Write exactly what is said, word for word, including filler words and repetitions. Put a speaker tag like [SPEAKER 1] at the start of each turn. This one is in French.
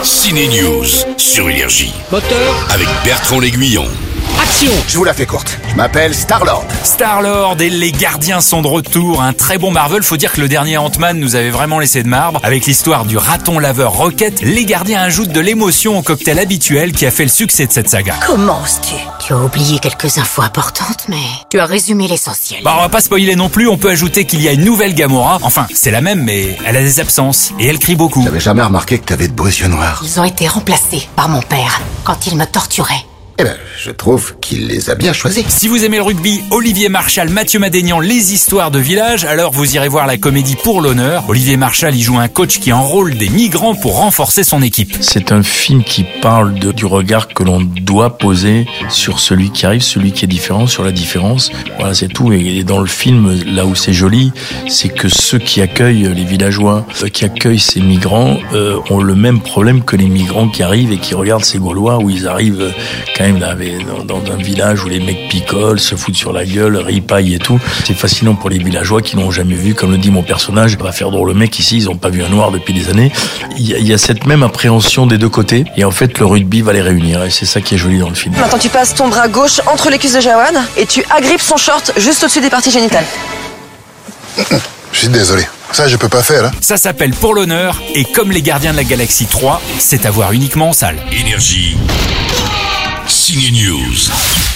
[SPEAKER 1] Ciné News sur Énergie.
[SPEAKER 2] Moteur,
[SPEAKER 1] Avec Bertrand L'Aiguillon.
[SPEAKER 2] action!
[SPEAKER 3] Je vous la fais courte. Je m'appelle Star-Lord.
[SPEAKER 4] Star-Lord et les gardiens sont de retour. Un très bon Marvel. Faut dire que le dernier Ant-Man nous avait vraiment laissé de marbre. Avec l'histoire du raton laveur Rocket, les gardiens ajoutent de l'émotion au cocktail habituel qui a fait le succès de cette saga.
[SPEAKER 5] Comment oses-tu? Tu as oublié quelques infos importantes, mais tu as résumé l'essentiel.
[SPEAKER 4] Bah, on va pas spoiler non plus. On peut ajouter qu'il y a une nouvelle Gamora. Enfin, c'est la même, mais elle a des absences. Et elle crie beaucoup.
[SPEAKER 3] J'avais jamais remarqué que t'avais de beaux yeux noirs.
[SPEAKER 5] Ils ont été remplacés par mon père quand il me torturait.
[SPEAKER 3] Eh ben, je trouve qu'il les a bien choisis.
[SPEAKER 4] Si vous aimez le rugby, Olivier Marchal, Mathieu Madénian, les histoires de village, alors vous irez voir la comédie Pour l'honneur. Olivier Marchal y joue un coach qui enrôle des migrants pour renforcer son équipe.
[SPEAKER 6] C'est un film qui parle de, du regard que l'on doit poser sur celui qui arrive, celui qui est différent, sur la différence. Voilà, c'est tout. Et dans le film, là où c'est joli, c'est que ceux qui accueillent les villageois, ceux qui accueillent ces migrants, euh, ont le même problème que les migrants qui arrivent et qui regardent ces Gaulois où ils arrivent euh, quand même dans, dans un village où les mecs picolent, se foutent sur la gueule, ripaillent et tout. C'est fascinant pour les villageois qui n'ont jamais vu, comme le dit mon personnage, va faire drôle le mec ici, ils n'ont pas vu un noir depuis des années. Il y, a, il y a cette même appréhension des deux côtés et en fait le rugby va les réunir et c'est ça qui est joli dans le film.
[SPEAKER 7] Maintenant tu passes ton bras gauche entre les cuisses de Jawad et tu agrippes son short juste au-dessus des parties génitales.
[SPEAKER 8] Je suis désolé. Ça, je peux pas faire, hein.
[SPEAKER 4] Ça s'appelle Pour l'honneur et comme les Gardiens de la Galaxie trois, c'est à voir uniquement en salle.
[SPEAKER 1] Énergie. Ciné News.